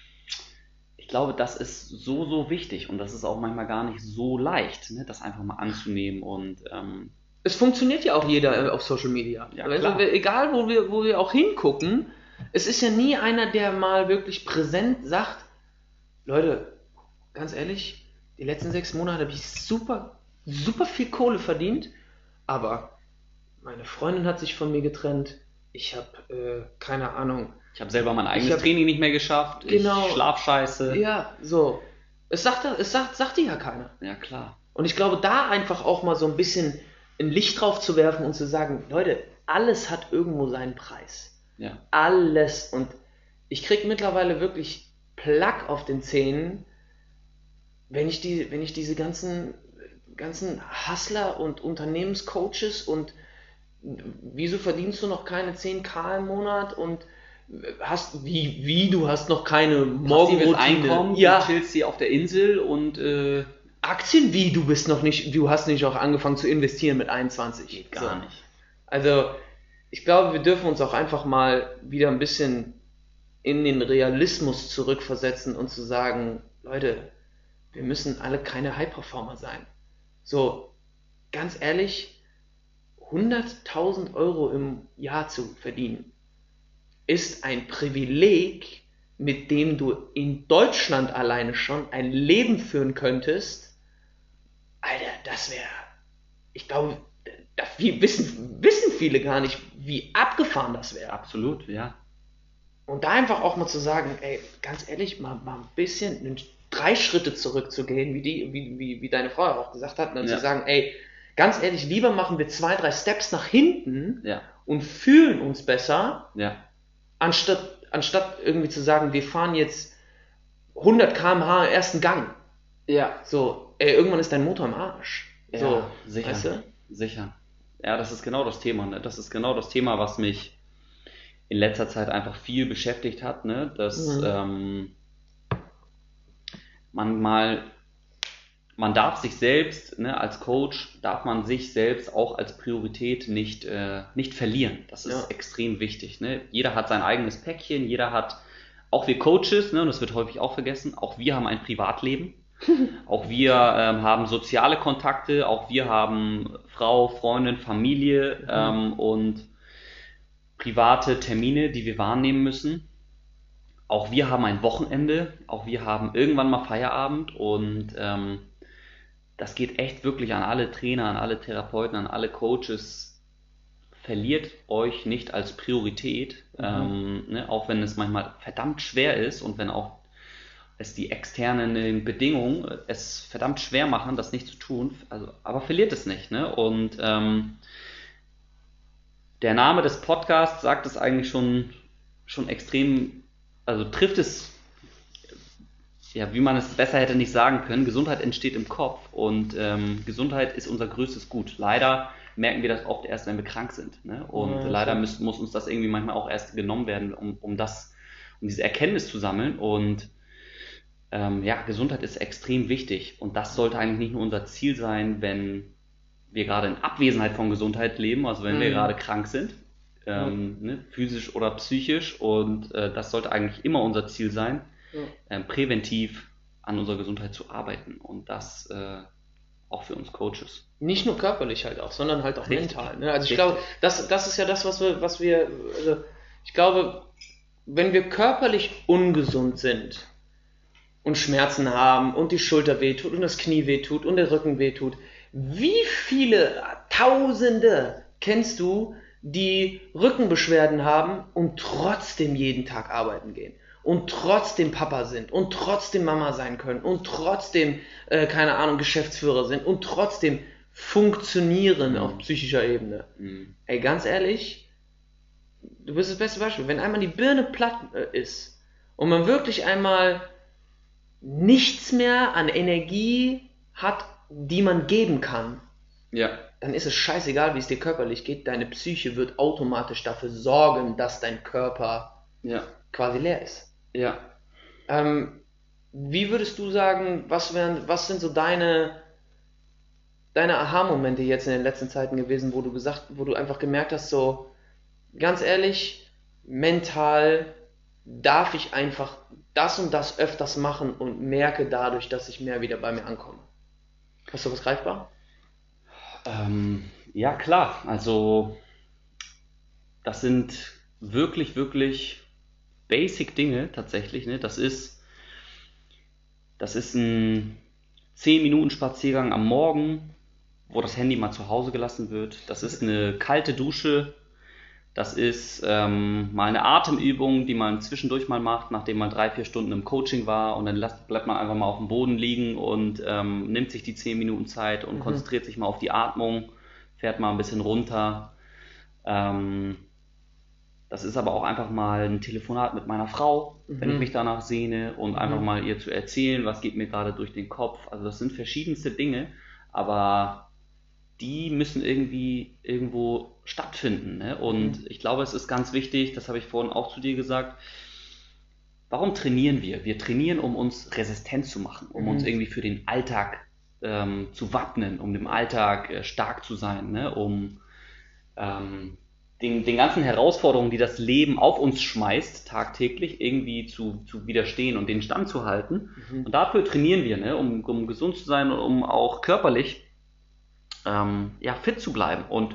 ich glaube, das ist so, so wichtig und das ist auch manchmal gar nicht so leicht, ne? Das einfach mal anzunehmen und ähm, Es funktioniert ja auch jeder auf Social Media. Ja, Also, klar. egal, wo wir, wo wir auch hingucken, es ist ja nie einer, der mal wirklich präsent sagt, Leute, ganz ehrlich, die letzten sechs Monate habe ich super, super viel Kohle verdient, aber meine Freundin hat sich von mir getrennt, ich habe, äh, keine Ahnung, ich habe selber mein eigenes hab- Training nicht mehr geschafft, Genau. ich schlaf scheiße. ja, so. Es sagt, es sagt, sagt dir ja keiner. Ja, klar. Und ich glaube, da einfach auch mal so ein bisschen ein Licht drauf zu werfen und zu sagen, Leute, alles hat irgendwo seinen Preis. Ja. Alles. Und ich krieg mittlerweile wirklich Plack auf den Zähnen, wenn ich die, wenn ich diese ganzen, ganzen Hustler und Unternehmenscoaches und wieso verdienst du noch keine zehn K im Monat und hast, wie, wie, du hast noch keine Passives Morgenroutine. Einkommen, Ja. du chillst hier auf der Insel und äh, Aktien, wie, du bist noch nicht, du hast nicht auch angefangen zu investieren mit einundzwanzig. geht gar So. nicht. Also, ich glaube, wir dürfen uns auch einfach mal wieder ein bisschen in den Realismus zurückversetzen und zu sagen, Leute, wir müssen alle keine High-Performer sein. So, ganz ehrlich, hunderttausend Euro im Jahr zu verdienen, ist ein Privileg, mit dem du in Deutschland alleine schon ein Leben führen könntest. Alter, das wäre, ich glaube, das wissen, wissen viele gar nicht, wie abgefahren das wäre. Absolut, ja. Und da einfach auch mal zu sagen, ey, ganz ehrlich, mal, mal ein bisschen, drei Schritte zurückzugehen, wie, die, wie, wie, wie deine Frau auch gesagt hat, und ja. zu sagen, ey, ganz ehrlich, lieber machen wir zwei, drei Steps nach hinten ja. und fühlen uns besser, ja. anstatt, anstatt irgendwie zu sagen, wir fahren jetzt hundert Kilometer pro Stunde im ersten Gang. Ja. So, ey, irgendwann ist dein Motor im Arsch. Ja, so, sicher. Weißt du? Sicher. Ja, das ist genau das Thema. Ne? Das ist genau das Thema, was mich in letzter Zeit einfach viel beschäftigt hat, ne? Dass mhm. ähm, man mal, man darf sich selbst, ne, als Coach, darf man sich selbst auch als Priorität nicht, äh, nicht verlieren. Das ist ja. extrem wichtig. Ne? Jeder hat sein eigenes Päckchen, jeder hat, auch wir Coaches, ne, und das wird häufig auch vergessen, auch wir haben ein Privatleben. Auch wir ähm, haben soziale Kontakte, auch wir haben Frau, Freundin, Familie mhm. ähm, und private Termine, die wir wahrnehmen müssen. Auch wir haben ein Wochenende, auch wir haben irgendwann mal Feierabend und ähm, das geht echt wirklich an alle Trainer, an alle Therapeuten, an alle Coaches. Verliert euch nicht als Priorität, mhm. ähm, ne, auch wenn es manchmal verdammt schwer ist und wenn auch es die externen Bedingungen es verdammt schwer machen, das nicht zu tun, also, aber verliert es nicht. Ne? Und ähm, der Name des Podcasts sagt es eigentlich schon, schon extrem, also trifft es, ja, wie man es besser hätte nicht sagen können. Gesundheit entsteht im Kopf und ähm, Gesundheit ist unser größtes Gut. Leider merken wir das oft erst, wenn wir krank sind. Ne? Und ja, leider muss, muss uns das irgendwie manchmal auch erst genommen werden, um, um, das, um diese Erkenntnis zu sammeln. Und ähm, ja, Gesundheit ist extrem wichtig. Und das sollte eigentlich nicht nur unser Ziel sein, wenn wir gerade in Abwesenheit von Gesundheit leben, also wenn mhm. wir gerade krank sind, ähm, mhm. ne, physisch oder psychisch, und äh, das sollte eigentlich immer unser Ziel sein, mhm. äh, präventiv an unserer Gesundheit zu arbeiten, und das äh, auch für uns Coaches. Nicht nur körperlich halt auch, sondern halt auch Richtig. mental. Ne? Also ich Richtig. glaube, das, das ist ja das, was wir, was wir, also ich glaube, wenn wir körperlich ungesund sind und Schmerzen haben und die Schulter wehtut und das Knie wehtut und der Rücken wehtut, wie viele Tausende kennst du, die Rückenbeschwerden haben und trotzdem jeden Tag arbeiten gehen und trotzdem Papa sind und trotzdem Mama sein können und trotzdem, äh, keine Ahnung, Geschäftsführer sind und trotzdem funktionieren mhm. auf psychischer Ebene. Mhm. Ey, ganz ehrlich, du bist das beste Beispiel. Wenn einmal die Birne platt äh, ist und man wirklich einmal nichts mehr an Energie hat, die man geben kann, ja. dann ist es scheißegal, wie es dir körperlich geht. Deine Psyche wird automatisch dafür sorgen, dass dein Körper ja. quasi leer ist. Ja. Ähm, wie würdest du sagen, was wären, was sind so deine, deine Aha-Momente jetzt in den letzten Zeiten gewesen, wo du gesagt, wo du einfach gemerkt hast, so ganz ehrlich, mental darf ich einfach das und das öfters machen und merke dadurch, dass ich mehr wieder bei mir ankomme? Hast du was greifbar? Ähm, ja, klar. Also, das sind wirklich, wirklich basic Dinge tatsächlich. Ne? Das ist, das ist ein zehn Minuten Spaziergang am Morgen, wo das Handy mal zu Hause gelassen wird. Das ist eine kalte Dusche. Das ist ähm, mal eine Atemübung, die man zwischendurch mal macht, nachdem man drei, vier Stunden im Coaching war, und dann lässt, bleibt man einfach mal auf dem Boden liegen und ähm, nimmt sich die zehn Minuten Zeit und mhm. konzentriert sich mal auf die Atmung, fährt mal ein bisschen runter. Ähm, das ist aber auch einfach mal ein Telefonat mit meiner Frau, mhm. wenn ich mich danach sehne, und mhm. einfach mal ihr zu erzählen, was geht mir gerade durch den Kopf. Also das sind verschiedenste Dinge, aber die müssen irgendwie irgendwo stattfinden. Ne? Und mhm. ich glaube, es ist ganz wichtig, das habe ich vorhin auch zu dir gesagt, warum trainieren wir? Wir trainieren, um uns resistent zu machen, um mhm. uns irgendwie für den Alltag ähm, zu wappnen, um im Alltag äh, stark zu sein, ne? um ähm, den, den ganzen Herausforderungen, die das Leben auf uns schmeißt, tagtäglich irgendwie zu, zu widerstehen und den Stand zu halten. Mhm. Und dafür trainieren wir, ne? um, um gesund zu sein und um auch körperlich ähm, ja, fit zu bleiben. Und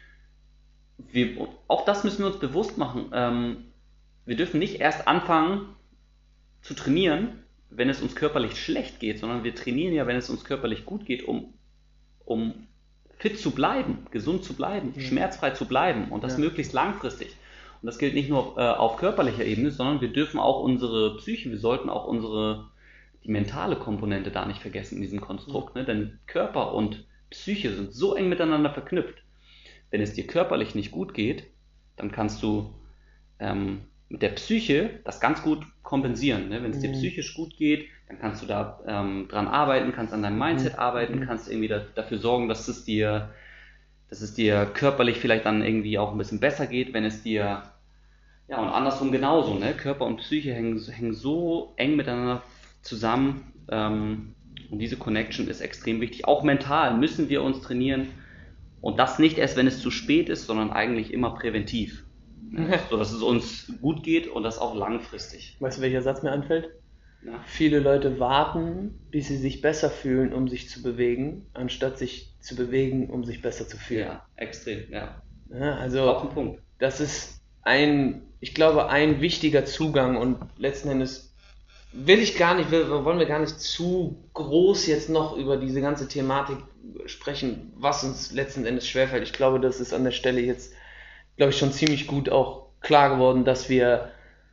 wir, auch das müssen wir uns bewusst machen. Ähm, wir dürfen nicht erst anfangen zu trainieren, wenn es uns körperlich schlecht geht, sondern wir trainieren ja, wenn es uns körperlich gut geht, um, um fit zu bleiben, gesund zu bleiben, ja. schmerzfrei zu bleiben und das ja. möglichst langfristig. Und das gilt nicht nur äh, auf körperlicher Ebene, sondern wir dürfen auch unsere Psyche, wir sollten auch unsere, die mentale Komponente da nicht vergessen in diesem Konstrukt, ja. ne? Denn Körper und Psyche sind so eng miteinander verknüpft. Wenn es dir körperlich nicht gut geht, dann kannst du ähm, mit der Psyche das ganz gut kompensieren. Ne? Wenn es dir psychisch gut geht, dann kannst du da ähm, dran arbeiten, kannst an deinem Mindset arbeiten, kannst irgendwie da, dafür sorgen, dass es dir, dass es dir körperlich vielleicht dann irgendwie auch ein bisschen besser geht, wenn es dir, ja und andersrum genauso, ne? Körper und Psyche hängen, hängen so eng miteinander zusammen ähm, und diese Connection ist extrem wichtig. Auch mental müssen wir uns trainieren und das nicht erst, wenn es zu spät ist, sondern eigentlich immer präventiv. Ne? So dass es uns gut geht und das auch langfristig. Weißt du, welcher Satz mir anfällt? Ja. Viele Leute warten, bis sie sich besser fühlen, um sich zu bewegen, anstatt sich zu bewegen, um sich besser zu fühlen. Ja, extrem, ja. ja also, auf den Punkt. Das ist ein, ich glaube, ein wichtiger Zugang und letzten Endes will ich gar nicht, wollen wir gar nicht zu groß jetzt noch über diese ganze Thematik sprechen, was uns letzten Endes schwerfällt. Ich glaube, das ist an der Stelle jetzt, glaube ich, schon ziemlich gut auch klar geworden, dass wir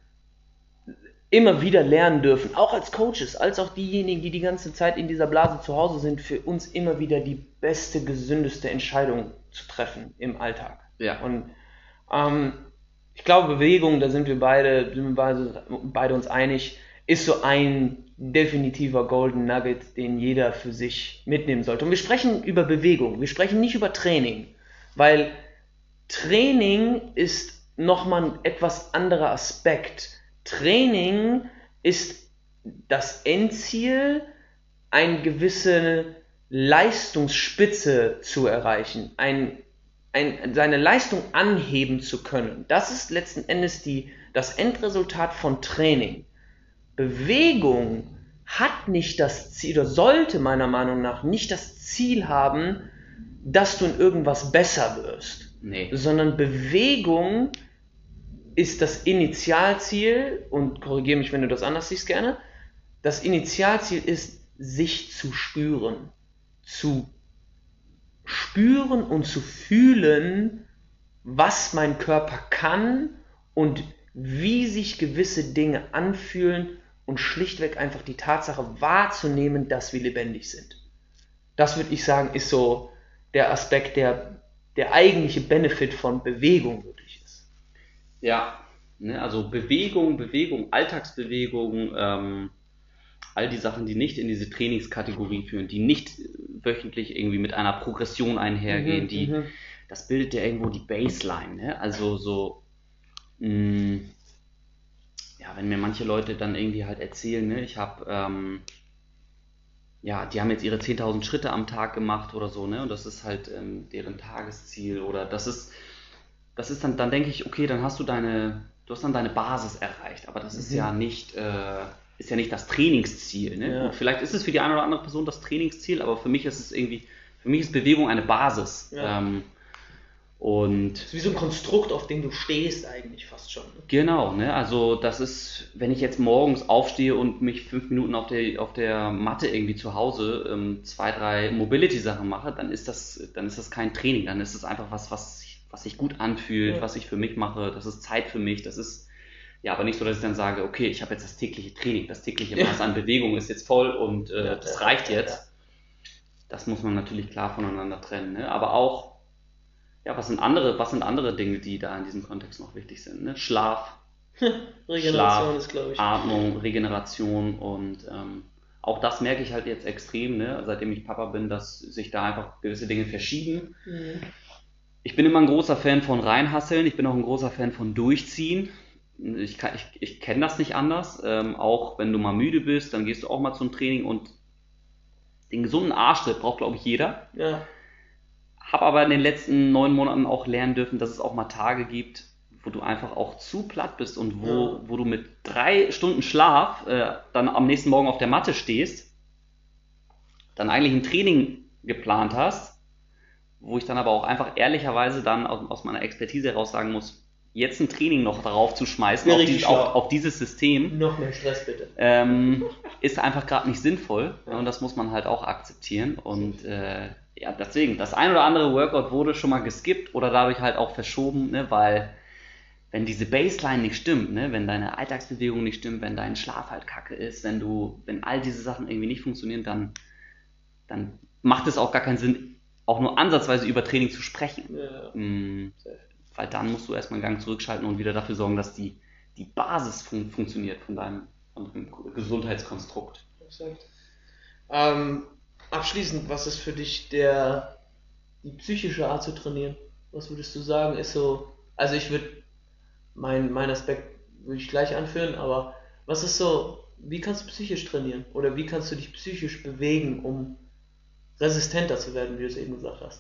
immer wieder lernen dürfen, auch als Coaches, als auch diejenigen, die die ganze Zeit in dieser Blase zu Hause sind, für uns immer wieder die beste, gesündeste Entscheidung zu treffen im Alltag. Ja. Und ähm, ich glaube, Bewegung, da sind wir beide, sind wir beide, beide uns einig, ist so ein definitiver Golden Nugget, den jeder für sich mitnehmen sollte. Und wir sprechen über Bewegung, wir sprechen nicht über Training, weil Training ist nochmal ein etwas anderer Aspekt. Training ist das Endziel, eine gewisse Leistungsspitze zu erreichen, ein, ein, seine Leistung anheben zu können. Das ist letzten Endes die, das Endresultat von Training. Bewegung hat nicht das Ziel, oder sollte meiner Meinung nach nicht das Ziel haben, dass du in irgendwas besser wirst, nee. sondern Bewegung ist das Initialziel, und korrigiere mich, wenn du das anders siehst, gerne, das Initialziel ist, sich zu spüren, zu spüren und zu fühlen, was mein Körper kann und wie sich gewisse Dinge anfühlen und schlichtweg einfach die Tatsache wahrzunehmen, dass wir lebendig sind. Das würde ich sagen, ist so der Aspekt, der der eigentliche Benefit von Bewegung wirklich ist. Ja, ne, also Bewegung, Bewegung, Alltagsbewegung, ähm, all die Sachen, die nicht in diese Trainingskategorie führen, die nicht wöchentlich irgendwie mit einer Progression einhergehen, mhm, die, das bildet ja irgendwo die Baseline, ne? Also so, mh, ja, wenn mir manche Leute dann irgendwie halt erzählen, ne, ich habe, ähm, ja, die haben jetzt ihre zehntausend Schritte am Tag gemacht oder so, ne, und das ist halt ähm, deren Tagesziel oder das ist, das ist dann, dann denke ich, okay, dann hast du deine, du hast dann deine Basis erreicht, aber das ist mhm. ja nicht, äh, ist ja nicht das Trainingsziel, ne? Ja. Und vielleicht ist es für die eine oder andere Person das Trainingsziel, aber für mich ist es irgendwie, für mich ist Bewegung eine Basis. Ja. Ähm, und das ist wie so ein Konstrukt, auf dem du stehst eigentlich fast schon. Ne? Genau, ne? Also das ist, wenn ich jetzt morgens aufstehe und mich fünf Minuten auf der, auf der Matte irgendwie zu Hause ähm, zwei, drei Mobility-Sachen mache, dann ist das, dann ist das kein Training, dann ist es einfach was, was, was sich gut anfühlt, ja. was ich für mich mache, das ist Zeit für mich, das ist ja aber nicht so, dass ich dann sage, okay, ich habe jetzt das tägliche Training, das tägliche Maß ja. an Bewegung ist jetzt voll und äh, ja, das ja, reicht jetzt. Ja. Das muss man natürlich klar voneinander trennen, ne? Aber auch ja, was sind andere, was sind andere Dinge, die da in diesem Kontext noch wichtig sind? Ne? Schlaf, Regeneration Schlaf, ist, glaube ich. Atmung, Regeneration und ähm, auch das merke ich halt jetzt extrem, ne? Seitdem ich Papa bin, dass sich da einfach gewisse Dinge verschieben. Mhm. Ich bin immer ein großer Fan von reinhasseln, ich bin auch ein großer Fan von durchziehen. Ich, kann- ich, ich kenne das nicht anders. Ähm, auch wenn du mal müde bist, dann gehst du auch mal zum Training und den gesunden Arschtritt braucht, glaube ich, jeder. Ja. Habe aber in den letzten neun Monaten auch lernen dürfen, dass es auch mal Tage gibt, wo du einfach auch zu platt bist und wo, Ja. wo du mit drei Stunden Schlaf äh, dann am nächsten Morgen auf der Matte stehst, dann eigentlich ein Training geplant hast, wo ich dann aber auch einfach ehrlicherweise dann aus, aus meiner Expertise heraus sagen muss, jetzt ein Training noch darauf zu schmeißen, Wäre auf, richtig dieses, schlau. auf, auf dieses System, Noch mehr Stress bitte. ähm, ist einfach gerade nicht sinnvoll. Ja. Und das muss man halt auch akzeptieren. Und äh, ja, deswegen, das ein oder andere Workout wurde schon mal geskippt oder dadurch halt auch verschoben, ne, weil wenn diese Baseline nicht stimmt, ne, wenn deine Alltagsbewegung nicht stimmt, wenn dein Schlaf halt kacke ist, wenn du, wenn all diese Sachen irgendwie nicht funktionieren, dann, dann macht es auch gar keinen Sinn, auch nur ansatzweise über Training zu sprechen. Ja. Mm, weil dann musst du erstmal einen Gang zurückschalten und wieder dafür sorgen, dass die, die Basis fun funktioniert von deinem, von deinem Gesundheitskonstrukt. Exakt. Ähm, abschließend, was ist für dich der, die psychische Art zu trainieren? Was würdest du sagen, ist so, also ich würde, mein, mein Aspekt würde ich gleich anführen, aber was ist so, wie kannst du psychisch trainieren? Oder wie kannst du dich psychisch bewegen, um resistenter zu werden, wie du es eben gesagt hast?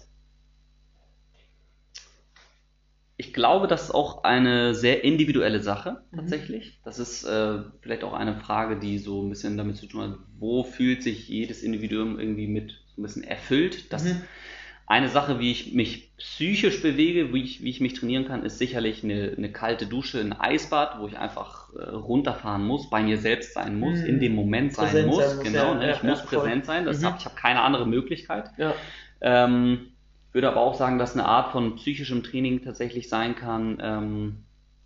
Ich glaube, das ist auch eine sehr individuelle Sache Mhm. tatsächlich. Das ist äh, vielleicht auch eine Frage, die so ein bisschen damit zu tun hat, wo fühlt sich jedes Individuum irgendwie mit so ein bisschen erfüllt. Das Mhm. eine Sache, wie ich mich psychisch bewege, wie ich, wie ich mich trainieren kann, ist sicherlich eine, eine kalte Dusche, ein Eisbad, wo ich einfach äh, runterfahren muss, bei mir selbst sein muss, Mhm. in dem Moment sein Präsent muss. sein muss, Genau, ja, ne? ja, Ich muss ja, voll. präsent sein. Das Mhm. hab, ich habe keine andere Möglichkeit. Ja. Ähm, würde aber auch sagen, dass eine Art von psychischem Training tatsächlich sein kann, ähm,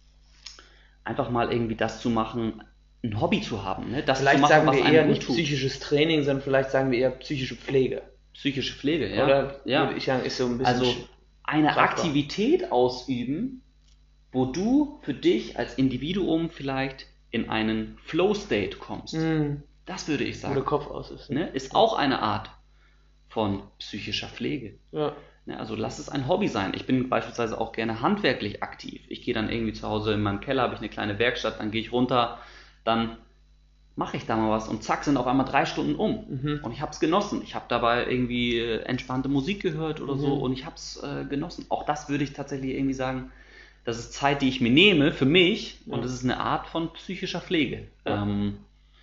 einfach mal irgendwie das zu machen, ein Hobby zu haben, ne? Das Vielleicht zu machen, sagen was wir einem eher gut nicht tut. psychisches Training, sondern vielleicht sagen wir eher psychische Pflege. Psychische Pflege, ja. Oder ja. würde ich sagen, ist so ein bisschen. Also eine greifbar. Aktivität ausüben, wo du für dich als Individuum vielleicht in einen Flow-State kommst. Mhm. Das würde ich Wo der sagen. Kopf aus ist. Ne? Ist auch eine Art von psychischer Pflege. Ja. Ne, also lass es ein Hobby sein. Ich bin beispielsweise auch gerne handwerklich aktiv. Ich gehe dann irgendwie zu Hause in meinem Keller, habe ich eine kleine Werkstatt, dann gehe ich runter, dann mache ich da mal was und zack, sind auf einmal drei Stunden um. Mhm. Und ich habe es genossen. Ich habe dabei irgendwie äh, entspannte Musik gehört oder so Mhm. und ich habe es äh, genossen. Auch das würde ich tatsächlich irgendwie sagen, das ist Zeit, die ich mir nehme für mich Ja. und das ist eine Art von psychischer Pflege. Ja. Ähm,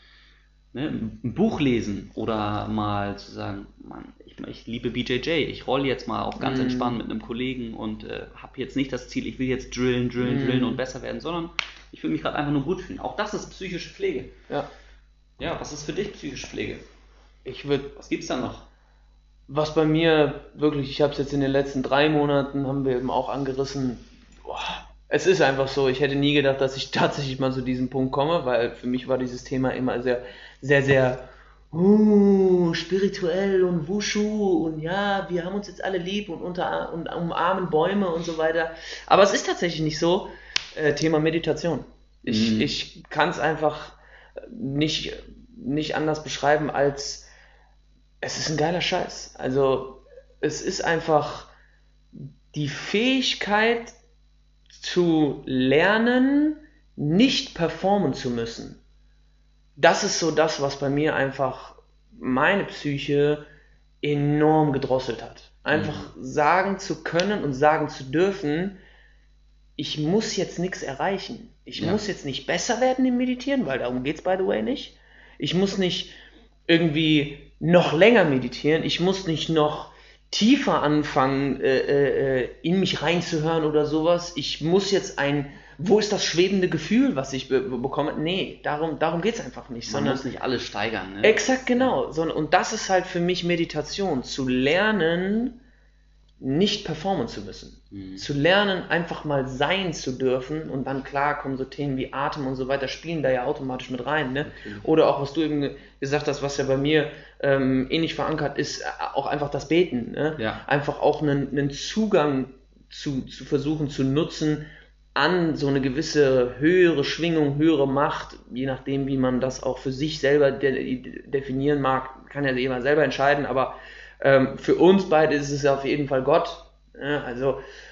ne, ein Buch lesen oder mal zu sagen, Mann, ich, ich liebe B J J, ich rolle jetzt mal auch ganz Mhm. entspannt mit einem Kollegen und äh, habe jetzt nicht das Ziel, ich will jetzt drillen, drillen, Mhm. drillen und besser werden, sondern ich will mich gerade einfach nur gut fühlen. Auch das ist psychische Pflege. Ja. Ja, was ist für dich psychische Pflege? Ich würde, Was gibt's da noch? was bei mir wirklich, ich habe es jetzt in den letzten drei Monaten, haben wir eben auch angerissen, boah, es ist einfach so, ich hätte nie gedacht, dass ich tatsächlich mal zu diesem Punkt komme, weil für mich war dieses Thema immer sehr, sehr, sehr uh, spirituell und Wushu und ja, wir haben uns jetzt alle lieb und, unter, und umarmen Bäume und so weiter. Aber es ist tatsächlich nicht so. Äh, Thema Meditation. Ich, Mhm. ich kann es einfach nicht, nicht anders beschreiben als es ist ein geiler Scheiß. Also es ist einfach die Fähigkeit zu lernen, nicht performen zu müssen. Das ist so das, was bei mir einfach meine Psyche enorm gedrosselt hat. Einfach sagen zu können und sagen zu dürfen, ich muss jetzt nichts erreichen. Ich Ja. muss jetzt nicht besser werden im Meditieren, weil darum geht's by the way nicht. Ich muss nicht irgendwie noch länger meditieren. Ich muss nicht noch tiefer anfangen, äh, äh, in mich reinzuhören oder sowas. Ich muss jetzt ein, wo ist das schwebende Gefühl, was ich be bekomme? Nee, darum, darum geht's einfach nicht. Man Sondern muss nicht alles steigern. Ne? exakt genau. Sondern, und das ist halt für mich Meditation. Zu lernen, nicht performen zu müssen. Mhm. Zu lernen, einfach mal sein zu dürfen und dann klar kommen so Themen wie Atem und so weiter, spielen da ja automatisch mit rein. Ne? Natürlich. Oder auch, was du eben gesagt hast, was ja bei mir ähm, ähnlich verankert ist, äh, auch einfach das Beten. Ne? Ja. Einfach auch einen, einen Zugang zu, zu versuchen zu nutzen an so eine gewisse höhere Schwingung, höhere Macht, je nachdem, wie man das auch für sich selber de definieren mag, kann ja jeder selber entscheiden, aber ähm, für uns beide ist es auf jeden Fall Gott. Ja, also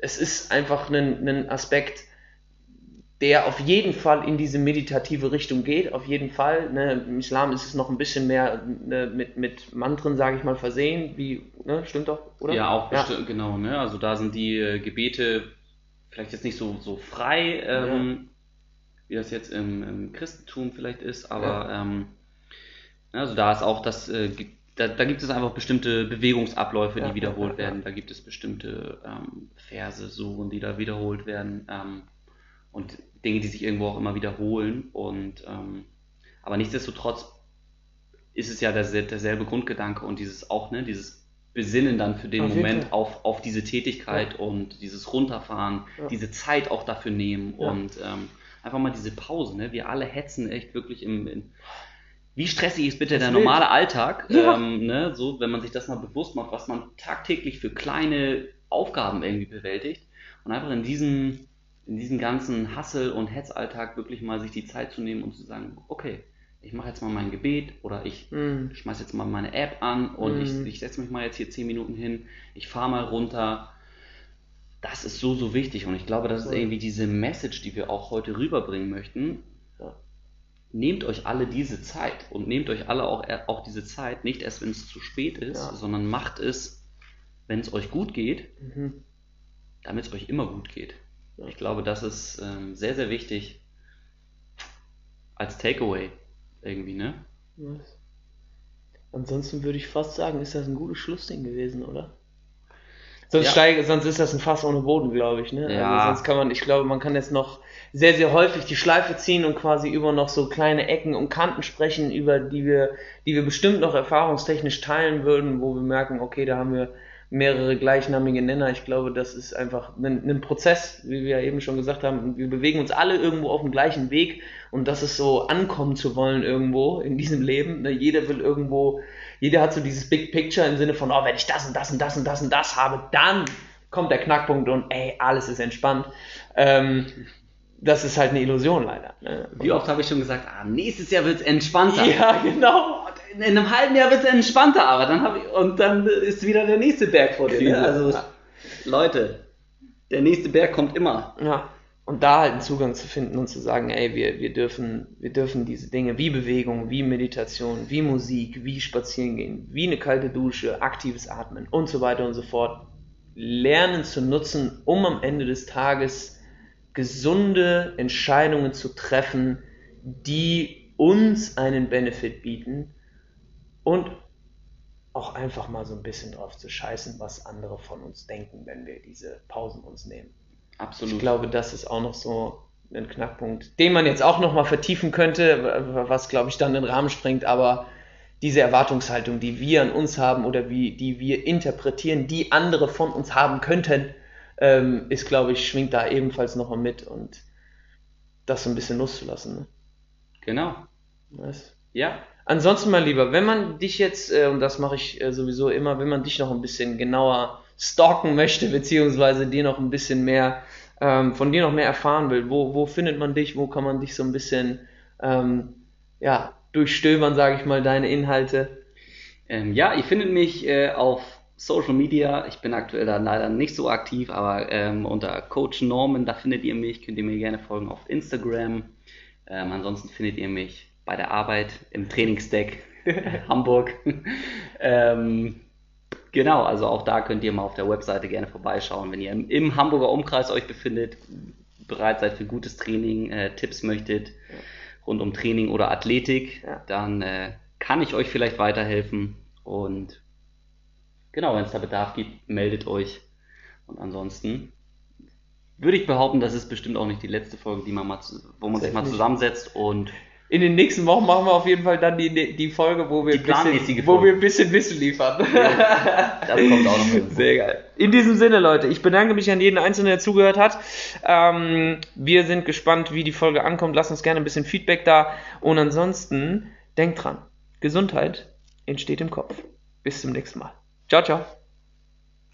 es ist einfach ein, ein Aspekt, der auf jeden Fall in diese meditative Richtung geht, auf jeden Fall. Ne? Im Islam ist es noch ein bisschen mehr ne, mit, mit Mantren, sage ich mal, versehen, wie, ne? Stimmt doch, oder? Ja, auch bestimmt, ja. Genau, ne? Also da sind die äh, Gebete vielleicht jetzt nicht so, so frei, ähm, ja. wie das jetzt im, im Christentum vielleicht ist, aber ja. ähm, also da ist auch das, äh, da, da gibt es einfach bestimmte Bewegungsabläufe, die ja, wiederholt ja, ja, werden, ja. Da gibt es bestimmte ähm, Verse, Suren, die da wiederholt werden, ähm, und Dinge, die sich irgendwo auch immer wiederholen. Und ähm, aber nichtsdestotrotz ist es ja der, derselbe Grundgedanke und dieses auch, ne, dieses Besinnen dann für den auf Moment auf, auf diese Tätigkeit, ja. Und dieses Runterfahren, ja. Diese Zeit auch dafür nehmen, ja. Und ähm, einfach mal diese Pause, ne? Wir alle hetzen echt wirklich im, in, wie stressig ist bitte das der normale Alltag, ja. ähm, ne? So, wenn man sich das mal bewusst macht, was man tagtäglich für kleine Aufgaben irgendwie bewältigt und einfach in diesem in diesem ganzen Hassel- und Hetzalltag wirklich mal sich die Zeit zu nehmen und zu sagen, okay, ich mache jetzt mal mein Gebet oder ich mm. schmeiße jetzt mal meine App an und mm. ich, ich setze mich mal jetzt hier zehn Minuten hin, ich fahre mal runter. Das ist so, so wichtig und ich glaube, das ist irgendwie diese Message, die wir auch heute rüberbringen möchten. Ja. Nehmt euch alle diese Zeit und nehmt euch alle auch, auch diese Zeit, nicht erst, wenn es zu spät ist, ja. Sondern macht es, wenn es euch gut geht, mhm. damit es euch immer gut geht. Ich glaube, das ist ähm, sehr, sehr wichtig als Takeaway irgendwie, ne? Was? Ansonsten würde ich fast sagen, ist das ein gutes Schlussding gewesen, oder? Sonst, ja. steige, sonst ist das ein Fass ohne Boden, glaube ich, ne? Ja. Also sonst kann man, ich glaube, man kann jetzt noch sehr, sehr häufig die Schleife ziehen und quasi über noch so kleine Ecken und Kanten sprechen, über die wir, die wir bestimmt noch erfahrungstechnisch teilen würden, wo wir merken, okay, da haben wir mehrere gleichnamige Nenner. Ich glaube, das ist einfach ein, ein Prozess, wie wir ja eben schon gesagt haben. Wir bewegen uns alle irgendwo auf dem gleichen Weg und das ist so, ankommen zu wollen irgendwo in diesem Leben. Ne? Jeder will irgendwo, jeder hat so dieses Big Picture im Sinne von, oh, wenn ich das und das und das und das und das habe, dann kommt der Knackpunkt und ey, alles ist entspannt. Ähm, das ist halt eine Illusion leider. Ne? Wie oft habe ich schon gesagt, ah, nächstes Jahr wird es entspannter. Ja, genau. In einem halben Jahr wird es entspannter, aber dann habe ich, und dann ist wieder der nächste Berg vor dir. Ne? Also, ja. Leute, der nächste Berg kommt immer. Ja. Und da halt einen Zugang zu finden und zu sagen, ey, wir, wir dürfen, wir dürfen diese Dinge wie Bewegung, wie Meditation, wie Musik, wie Spazieren gehen, wie eine kalte Dusche, aktives Atmen und so weiter und so fort lernen zu nutzen, um am Ende des Tages gesunde Entscheidungen zu treffen, die uns einen Benefit bieten und auch einfach mal so ein bisschen drauf zu scheißen, was andere von uns denken, wenn wir diese Pausen uns nehmen. Absolut. Ich glaube, das ist auch noch so ein Knackpunkt, den man jetzt auch noch mal vertiefen könnte, was, glaube ich, dann den Rahmen sprengt, aber diese Erwartungshaltung, die wir an uns haben oder wie, die wir interpretieren, die andere von uns haben könnten, ähm, ist, glaube ich, schwingt da ebenfalls noch mal mit und das so ein bisschen loszulassen. Ne? Genau. Was? Ja. Ansonsten, mein Lieber, wenn man dich jetzt, äh, und das mache ich äh, sowieso immer, wenn man dich noch ein bisschen genauer stalken möchte, beziehungsweise dir noch ein bisschen mehr, ähm, von dir noch mehr erfahren will, wo, wo findet man dich, wo kann man dich so ein bisschen, ähm, ja, durchstöbern, sage ich mal, deine Inhalte? Ähm, ja, ihr findet mich äh, auf Social Media, ich bin aktuell da leider nicht so aktiv, aber ähm, unter Coach Norman, da findet ihr mich, könnt ihr mir gerne folgen auf Instagram. Ähm, ansonsten findet ihr mich bei der Arbeit im Trainingsdeck Hamburg. ähm, genau, also auch da könnt ihr mal auf der Webseite gerne vorbeischauen, wenn ihr im, im Hamburger Umkreis euch befindet, bereit seid für gutes Training, äh, Tipps möchtet rund um Training oder Athletik, ja. dann äh, kann ich euch vielleicht weiterhelfen und genau, wenn es da Bedarf gibt, meldet euch und ansonsten würde ich behaupten, das ist bestimmt auch nicht die letzte Folge, die man mal, wo man sich mal zusammensetzt und in den nächsten Wochen machen wir auf jeden Fall dann die, die Folge, wo wir, die ein bisschen, wo wir ein bisschen Wissen liefern. Ja, das kommt auch noch hin. Sehr geil. In diesem Sinne, Leute, ich bedanke mich an jeden Einzelnen, der zugehört hat. Ähm, wir sind gespannt, wie die Folge ankommt. Lasst uns gerne ein bisschen Feedback da. Und ansonsten, denkt dran, Gesundheit entsteht im Kopf. Bis zum nächsten Mal. Ciao, ciao.